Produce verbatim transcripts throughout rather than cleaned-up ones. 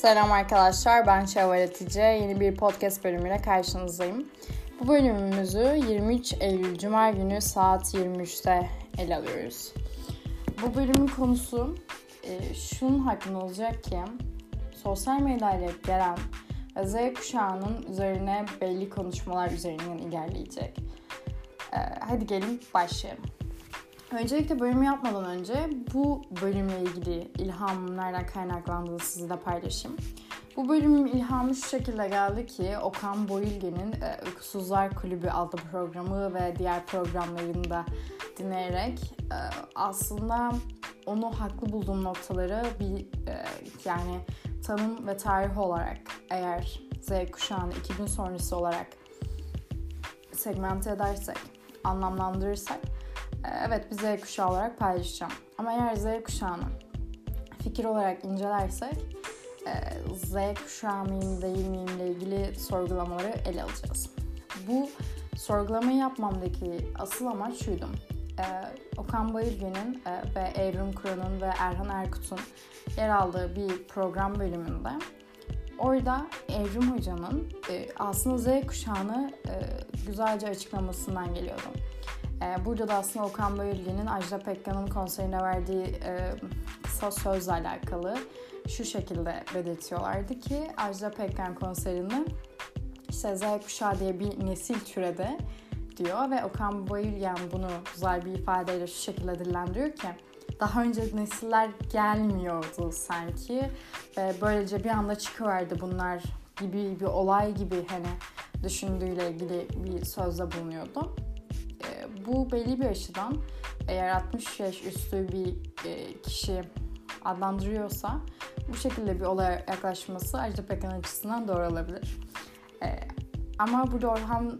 Selam arkadaşlar, ben Şevval Hatice. Yeni bir podcast bölümüyle karşınızdayım. Bu bölümümüzü yirmi üç Eylül Cuma günü saat yirmi üçte ele alıyoruz. Bu bölümün konusu e, şunun hakkında olacak ki, sosyal medyayla gelen ve Z kuşağının üzerine belli konuşmalar üzerinden ilerleyecek. E, hadi gelin başlayalım. Öncelikle bölümü yapmadan önce bu bölümle ilgili ilhamım nereden kaynaklandığını sizinle de paylaşayım. Bu bölümün ilhamı şu şekilde geldi ki Okan Bayülgen'in e, Uykusuzlar Kulübü adlı programı ve diğer programlarını da dinleyerek e, aslında onu haklı bulduğum noktaları bir e, yani tanım ve tarih olarak eğer Z kuşağını iki bin sonrası olarak segmente edersek, anlamlandırırsak evet, bir Z kuşağı olarak paylaşacağım. Ama eğer Z kuşağını fikir olarak incelersek Z kuşağı mıyım değil miyim ile ilgili sorgulamaları ele alacağız. Bu sorgulamayı yapmamdaki asıl amaç şuydu. Okan Bayülgen'in ve Evrim Kur'an'ın ve Erhan Erkut'un yer aldığı bir program bölümünde orada Evrim Hoca'nın aslında Z kuşağını güzelce açıklamasından geliyordum. Burada da aslında Okan Bayülgen'in Ajda Pekkan'ın konserine verdiği e, kısa sözle alakalı şu şekilde belirtiyorlardı ki Ajda Pekkan konserini işte Z kuşağı diye bir nesil türedi diyor ve Okan Bayülgen bunu güzel bir ifadeyle şu şekilde dillendiriyor ki daha önce nesiller gelmiyordu sanki ve böylece bir anda çıkıverdi bunlar gibi bir olay gibi hani düşündüğüyle ilgili bir sözde bulunuyordu. Bu belli bir açıdan eğer altmış yaş üstü bir kişi adlandırıyorsa bu şekilde bir olaya yaklaşması Ajda Pekkan açısından doğru olabilir. Ama burada Orhan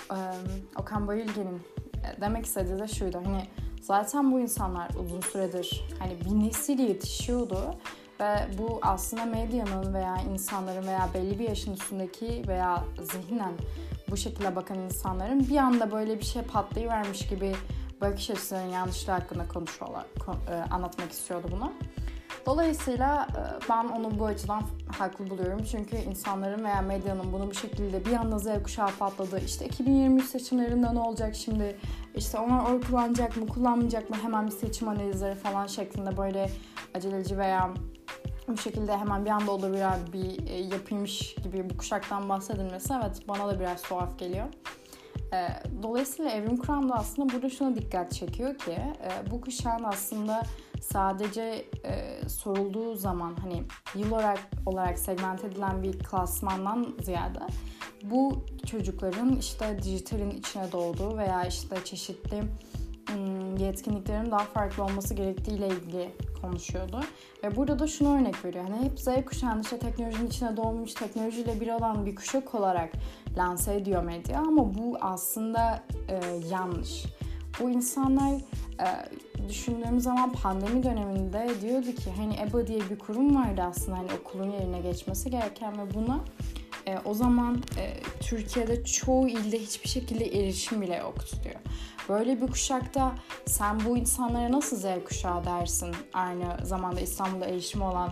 Okan Bayülgen'in demek istediği de şuydu. Hani zaten bu insanlar uzun süredir hani bir nesil yetişiyordu ve bu aslında medyanın veya insanların veya belli bir yaşın üstündeki veya zihnen bu şekilde bakan insanların bir anda böyle bir şey patlayıvermiş gibi bakış açısının yanlışlığı hakkında konuşuyorlar, anlatmak istiyordu bunu. Dolayısıyla ben onu bu açıdan haklı buluyorum. Çünkü insanların veya medyanın bunu bu şekilde bir anda Z kuşağı patladı. İşte iki bin yirmi üç seçimlerinde ne olacak şimdi? İşte onlar oy kullanacak mı, kullanmayacak mı? Hemen bir seçim analizleri falan şeklinde böyle aceleci veya bu şekilde hemen bir anda olabilen bir yapıymış gibi bu kuşaktan bahsedilmesi evet bana da biraz tuhaf geliyor. Dolayısıyla Evrim Kur'an da aslında burada şuna dikkat çekiyor ki bu kuşağın aslında sadece sorulduğu zaman hani yıl olarak, olarak segment edilen bir klasmandan ziyade bu çocukların işte dijitalin içine doğduğu veya işte çeşitli yetkinliklerin daha farklı olması gerektiğiyle ilgili konuşuyordu. Ve burada da şunu örnek veriyor. Hani hep Z kuşağını işte teknolojinin içine doğmuş, teknolojiyle bir olan bir kuşak olarak lanse ediyor medya ama bu aslında e, yanlış. Bu insanlar e, düşündüğümüz zaman pandemi döneminde diyordu ki hani E B A diye bir kurum vardı aslında hani okulun yerine geçmesi gereken ve buna e, o zaman e, Türkiye'de çoğu ilde hiçbir şekilde erişim bile yoktu diyor. Böyle bir kuşakta sen bu insanlara nasıl Z kuşağı dersin? Aynı zamanda İstanbul'da erişimi olan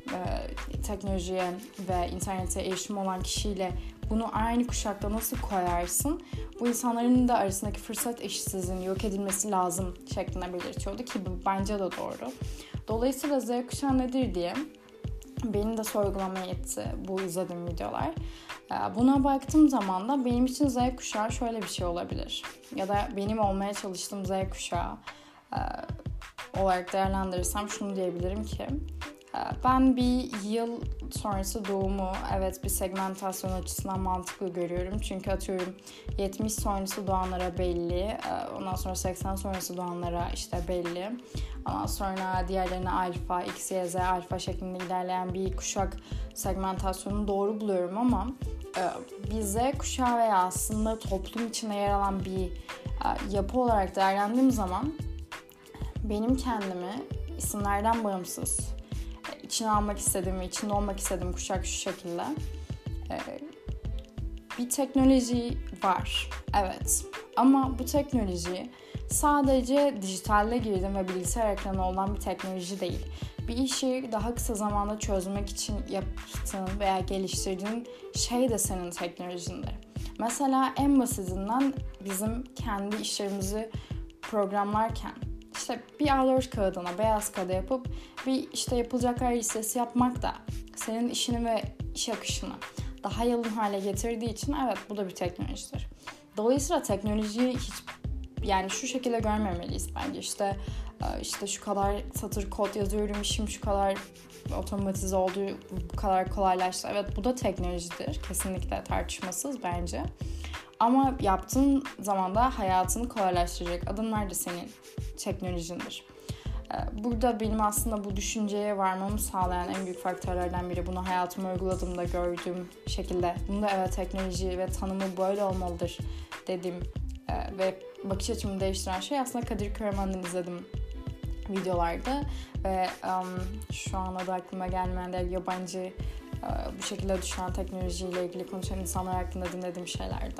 e, teknolojiye ve internete erişimi olan kişiyle bunu aynı kuşakta nasıl koyarsın? Bu insanların da arasındaki fırsat eşitsizliğinin yok edilmesi lazım şeklinde belirtiyordu ki bu bence de doğru. Dolayısıyla Z kuşağı nedir diye beni de sorgulamaya itti bu izlediğim videolar. Buna baktığım zaman da benim için Z kuşağı şöyle bir şey olabilir. Ya da benim olmaya çalıştığım Z kuşağı olarak değerlendirirsem şunu diyebilirim ki ben bir yıl sonrası doğumu evet bir segmentasyon açısından mantıklı görüyorum. Çünkü atıyorum yetmiş sonrası doğanlara belli, ondan sonra seksen sonrası doğanlara işte belli. Ondan sonra diğerlerine alfa, X, Y, Z, alfa şeklinde ilerleyen bir kuşak segmentasyonunu doğru buluyorum ama bir Z kuşağı veya aslında toplum içinde yer alan bir yapı olarak değerlendiğim zaman benim kendimi isimlerden bağımsız içine almak istediğim ve içinde olmak istediğim kuşak şu şekilde. Bir teknoloji var, evet. Ama bu teknoloji sadece dijitalde girdim ve bilgisayar ekranı olan bir teknoloji değil. Bir işi daha kısa zamanda çözmek için yaptığın veya geliştirdiğin şey de senin teknolojindir. Mesela en basitinden bizim kendi işlerimizi programlarken işte bir A dört kağıdına beyaz kağıda yapıp bir işte yapılacaklar listesi yapmak da senin işini ve iş akışını daha yalın hale getirdiği için evet bu da bir teknolojidir. Dolayısıyla teknolojiyi hiç yani şu şekilde görmemeliyiz bence. İşte işte şu kadar satır kod yazıyorum, işim şu kadar otomatize oldu, bu kadar kolaylaştı. Evet bu da teknolojidir. Kesinlikle tartışmasız bence. Ama yaptığın zaman da hayatını kolaylaştıracak adımlar da senin teknolojindir. Burada benim aslında bu düşünceye varmamı sağlayan en büyük faktörlerden biri. Bunu hayatıma uyguladığımda gördüğüm şekilde. Bunda evet teknoloji ve tanımı böyle olmalıdır dediğim ve bakış açımı değiştiren şey aslında Kadir Köreman'dan izledim videolarda. Ve um, şu an adı aklıma gelmeyen de yabancı uh, bu şekilde düşünen teknolojiyle ilgili konuşan insanlar hakkında dinlediğim şeylerdi.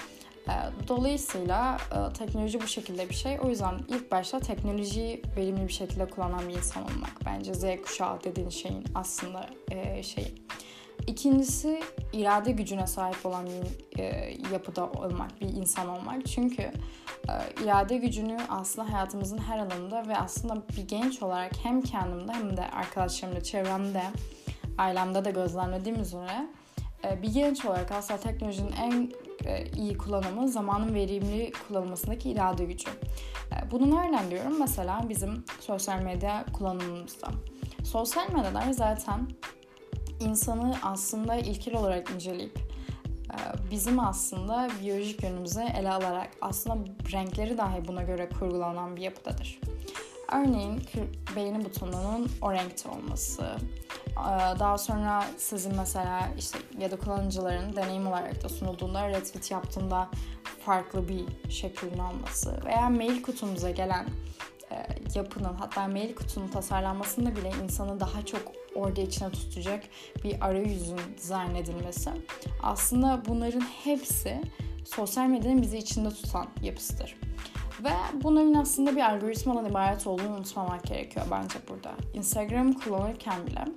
Dolayısıyla teknoloji bu şekilde bir şey. O yüzden ilk başta teknolojiyi verimli bir şekilde kullanan bir insan olmak. Bence Z kuşağı dediğin şeyin aslında şeyi. İkincisi irade gücüne sahip olan bir yapıda olmak, bir insan olmak. Çünkü irade gücünü aslında hayatımızın her alanında ve aslında bir genç olarak hem kendimde hem de arkadaşlarımda, çevremde, ailemde de gözlemlediğim üzere bir genç olarak aslında teknolojinin en iyi kullanımı zamanın verimli kullanılmasındaki irade gücü. Bunu nereden diyorum? Mesela bizim sosyal medya kullanımımızda. Sosyal medyalar zaten insanı aslında ilkel olarak inceleyip bizim aslında biyolojik yönümüze ele alarak aslında renkleri dahi buna göre kurgulanan bir yapıdadır. Örneğin beğeni butonunun o renkte olması, daha sonra sizin mesela işte ya da kullanıcıların deneyim olarak da sunulduğunda retweet yaptığında farklı bir şeklin olması veya mail kutumuza gelen e, yapının hatta mail kutunun tasarlanmasında bile insanı daha çok orada içine tutacak bir arayüzün dizayn edilmesi. Aslında bunların hepsi sosyal medyanın bizi içinde tutan yapısıdır. Ve bunların aslında bir algoritmadan ibaret olduğunu unutmamak gerekiyor bence burada. Instagram kullanırken bile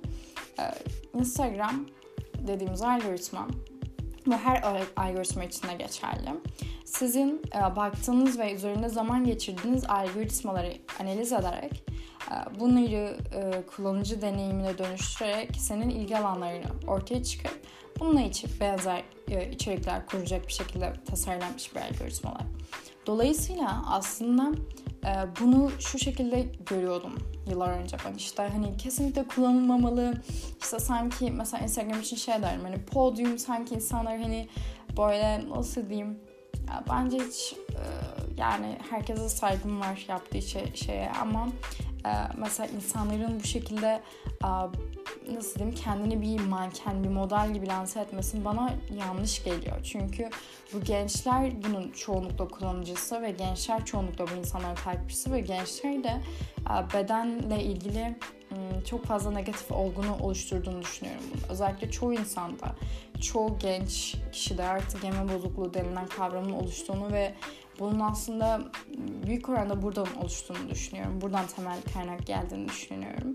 Instagram dediğimiz algoritma ve her algoritma içinde geçerli. Sizin baktığınız ve üzerinde zaman geçirdiğiniz algoritmaları analiz ederek bunları kullanıcı deneyimine dönüştürerek senin ilgi alanlarını ortaya çıkıp bununla içip benzer içerikler kuracak bir şekilde tasarlanmış bir algoritmalar. Dolayısıyla aslında bunu şu şekilde görüyordum yıllar önce ben işte hani kesinlikle kullanılmamalı işte sanki mesela Instagram için şey derim hani podyum sanki insanlar hani böyle nasıl diyeyim ya bence hiç yani herkese saygım var yaptığı şey, şeye ama mesela insanların bu şekilde nasıl diyeyim kendini bir manken, bir model gibi lanse etmesi bana yanlış geliyor. Çünkü bu gençler bunun çoğunlukla kullanıcısı ve gençler çoğunlukla bu insanların takipçisi ve gençler de bedenle ilgili çok fazla negatif olgunu oluşturduğunu düşünüyorum. Özellikle çoğu insanda, çoğu genç kişide artık yeme bozukluğu denilen kavramın oluştuğunu ve bunun aslında büyük oranda buradan oluştuğunu düşünüyorum. Buradan temel kaynak geldiğini düşünüyorum.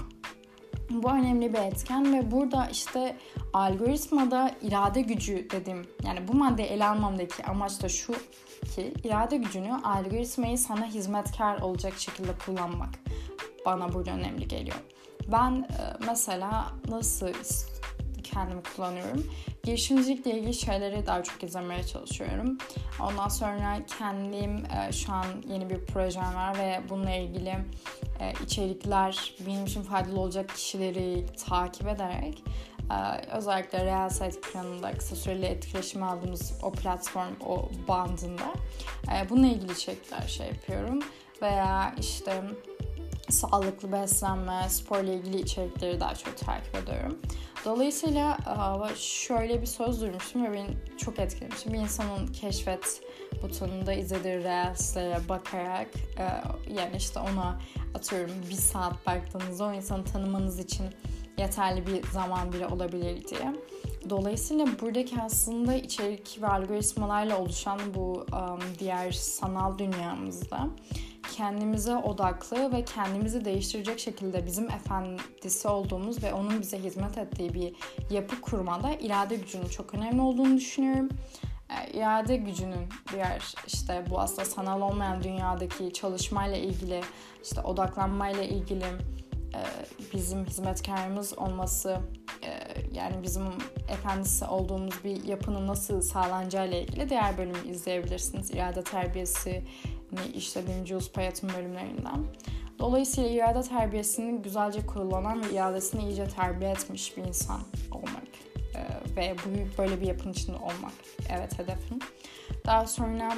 Bu önemli bir etken ve burada işte algoritmada irade gücü dedim. Yani bu maddeyi ele almamdaki amaç da şu ki irade gücünü algoritmayı sana hizmetkar olacak şekilde kullanmak bana burada önemli geliyor. Ben mesela nasıl kendimi kullanıyorum? Girişimcilikle ilgili şeyleri daha çok izlemeye çalışıyorum. Ondan sonra kendim şu an yeni bir projem var ve bununla ilgili içerikler benim için faydalı olacak kişileri takip ederek özellikle Reelsite planında kısa süreli etkileşim aldığımız o platform, o bandında bununla ilgili içerikler şey yapıyorum. Veya işte sağlıklı beslenme, sporla ilgili içerikleri daha çok takip ediyorum. Dolayısıyla şöyle bir söz duymuştum ve beni çok etkilemişti. Bir insanın keşfet butonunda izlediği Reels'lere bakarak yani işte ona atıyorum bir saat baktığınızda o insanı tanımanız için yeterli bir zaman bile olabilir diye. Dolayısıyla buradaki aslında içerik ve algoritmalarla oluşan bu um, diğer sanal dünyamızda kendimize odaklı ve kendimizi değiştirecek şekilde bizim efendisi olduğumuz ve onun bize hizmet ettiği bir yapı kurmada irade gücünün çok önemli olduğunu düşünüyorum. E, irade gücünün diğer işte bu aslında sanal olmayan dünyadaki çalışmayla ilgili, işte odaklanmayla ilgili e, bizim hizmetkarımız olması, e, yani bizim efendisi olduğumuz bir yapının nasıl sağlanacağıyla ilgili diğer bölümü izleyebilirsiniz. İrade terbiyesi işlediğim Jules Payet'in bölümlerinden. Dolayısıyla irade terbiyesini güzelce kullanan ve iradesini iyice terbiye etmiş bir insan olmak ee, ve bu böyle bir yapının içinde olmak, evet hedefim. Daha sonra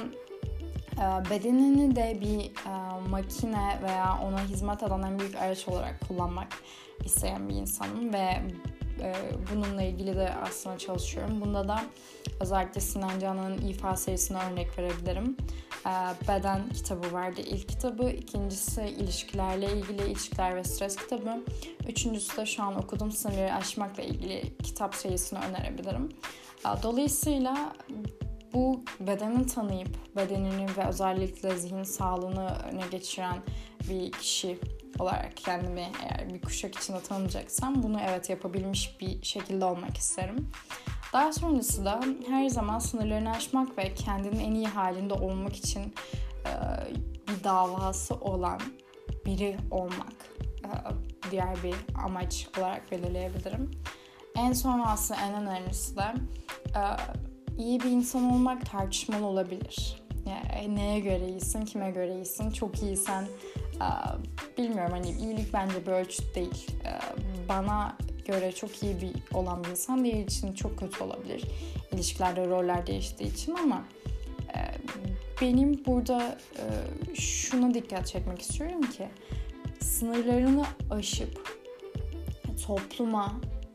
e, bedenini de bir e, makine veya ona hizmet eden en büyük araç olarak kullanmak isteyen bir insanım ve e, bununla ilgili de aslında çalışıyorum. Bunda da özellikle Sinan Canan'ın İfa serisine örnek verebilirim. Beden kitabı vardı ilk kitabı. İkincisi ilişkilerle ilgili ilişkiler ve stres kitabı. Üçüncüsü de şu an okuduğum Sınırları Aşmakla ilgili kitap serisini önerebilirim. Dolayısıyla bu bedeni tanıyıp bedenini ve özellikle zihin sağlığını öne geçiren bir kişi olarak kendimi eğer bir kuşak içinde tanımayacaksam bunu evet yapabilmiş bir şekilde olmak isterim. Daha sonrası da her zaman sınırlarını aşmak ve kendinin en iyi halinde olmak için e, bir davası olan biri olmak e, diğer bir amaç olarak belirleyebilirim. En son aslında en önemlisi de e, iyi bir insan olmak tartışmalı olabilir. Yani neye göre iyisin, kime göre iyisin, çok iyisen e, bilmiyorum, hani iyilik bence bir ölçüt değil. E, bana göre çok iyi bir olan bir insan diğer için çok kötü olabilir. İlişkilerde roller değiştiği için ama e, benim burada e, şuna dikkat çekmek istiyorum ki sınırlarını aşıp topluma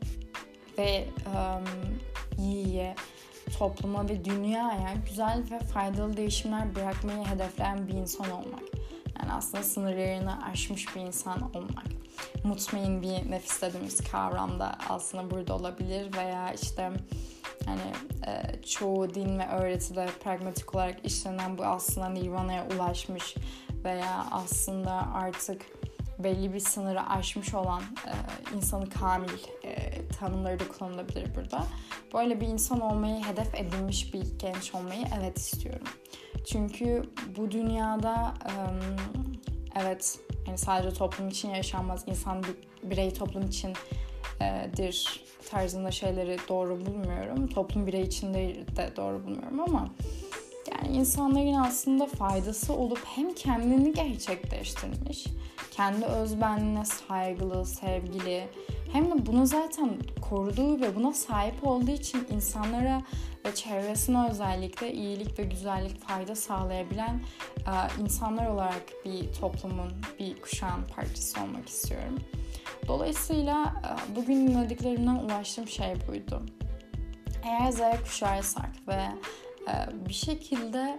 ve um, iyiye, topluma ve dünyaya güzel ve faydalı değişimler bırakmayı hedefleyen bir insan olmak. Yani aslında sınırlarını aşmış bir insan olmak. Mutmain bir nefis dediğimiz kavram da aslında burada olabilir veya işte hani e, çoğu din ve öğretide pragmatik olarak işlenen bu aslında nirvana'ya ulaşmış veya aslında artık belli bir sınırı aşmış olan e, insanı kamil e, tanımları da kullanılabilir burada. Böyle bir insan olmayı hedef edinmiş bir genç olmayı evet istiyorum. Çünkü bu dünyada e, evet yani sadece toplum için yaşanmaz, insan bir birey toplum içindir tarzında şeyleri doğru bulmuyorum. Toplum birey için de doğru bulmuyorum ama yani insanların aslında faydası olup hem kendini gerçekleştirmiş, kendi özbenliğine saygılı, sevgili, hem de bunu zaten koruduğu ve buna sahip olduğu için insanlara ve çevresine özellikle iyilik ve güzellik, fayda sağlayabilen e, insanlar olarak bir toplumun, bir kuşağın parçası olmak istiyorum. Dolayısıyla e, bugün dinlediklerimden ulaştığım şey buydu. Eğer Z kuşağıysak ve e, bir şekilde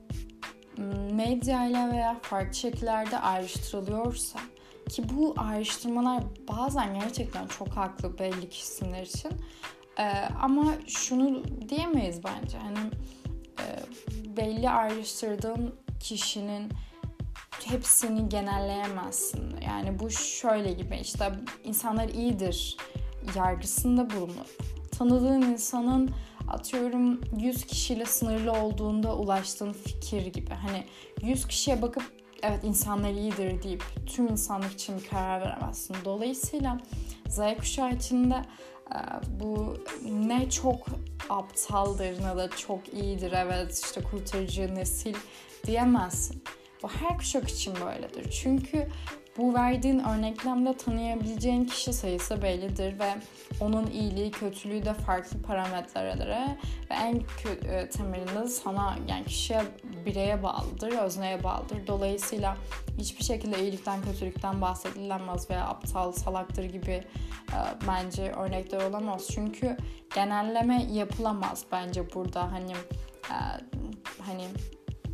medyayla veya farklı şekillerde ayrıştırılıyorsa, ki bu ayrıştırmalar bazen gerçekten çok haklı belli kesimler için, ee, ama şunu diyemeyiz bence, hani e, belli ayrıştırdığın kişinin hepsini genelleyemezsin. Yani bu şöyle gibi, işte insanlar iyidir yargısında bulunup tanıdığın insanın atıyorum yüz kişiyle sınırlı olduğunda ulaştığın fikir gibi. Hani yüz kişiye bakıp evet insanlar iyidir deyip tüm insanlık için bir karar veremezsin. Dolayısıyla Z kuşağı içinde bu ne çok aptaldır ne de çok iyidir, evet işte kurtarıcı nesil diyemezsin. Bu her kuşak için böyledir. Çünkü bu verdiğin örneklemde tanıyabileceğin kişi sayısı bellidir ve onun iyiliği, kötülüğü de farklı parametrelere ve en kö- temelinde sana, yani kişiye, bireye bağlıdır, özneye bağlıdır. Dolayısıyla hiçbir şekilde iyilikten, kötülükten bahsedilemez veya aptal, salaktır gibi e, bence örnekler olamaz. Çünkü genelleme yapılamaz bence burada. Hani e, hani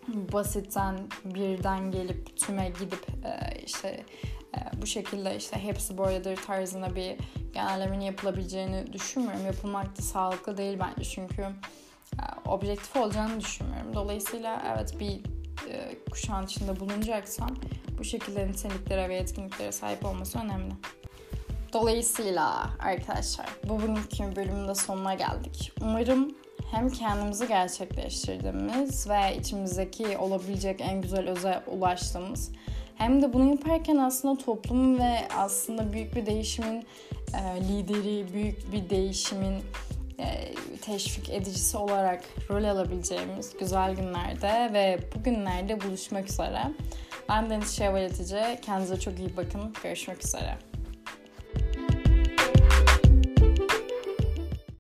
basitten birden gelip tüme gidip e, işte e, bu şekilde işte hepsi böyledir tarzında bir genellemenin yapılabileceğini düşünmüyorum. Yapılmak da sağlıklı değil bence çünkü e, objektif olacağını düşünmüyorum. Dolayısıyla evet bir e, kuşağın içinde bulunacaksam bu şekilde niteliklere ve yetkinliklere sahip olması önemli. Dolayısıyla arkadaşlar bu bugünkü bölümün de sonuna geldik. Umarım hem kendimizi gerçekleştirdiğimiz ve içimizdeki olabilecek en güzel öze ulaştığımız hem de bunu yaparken aslında toplum ve aslında büyük bir değişimin e, lideri, büyük bir değişimin e, teşvik edicisi olarak rol alabileceğimiz güzel günlerde ve bugünlerde buluşmak üzere. Ben Deniz Şevval Atice. Kendinize çok iyi bakın. Görüşmek üzere.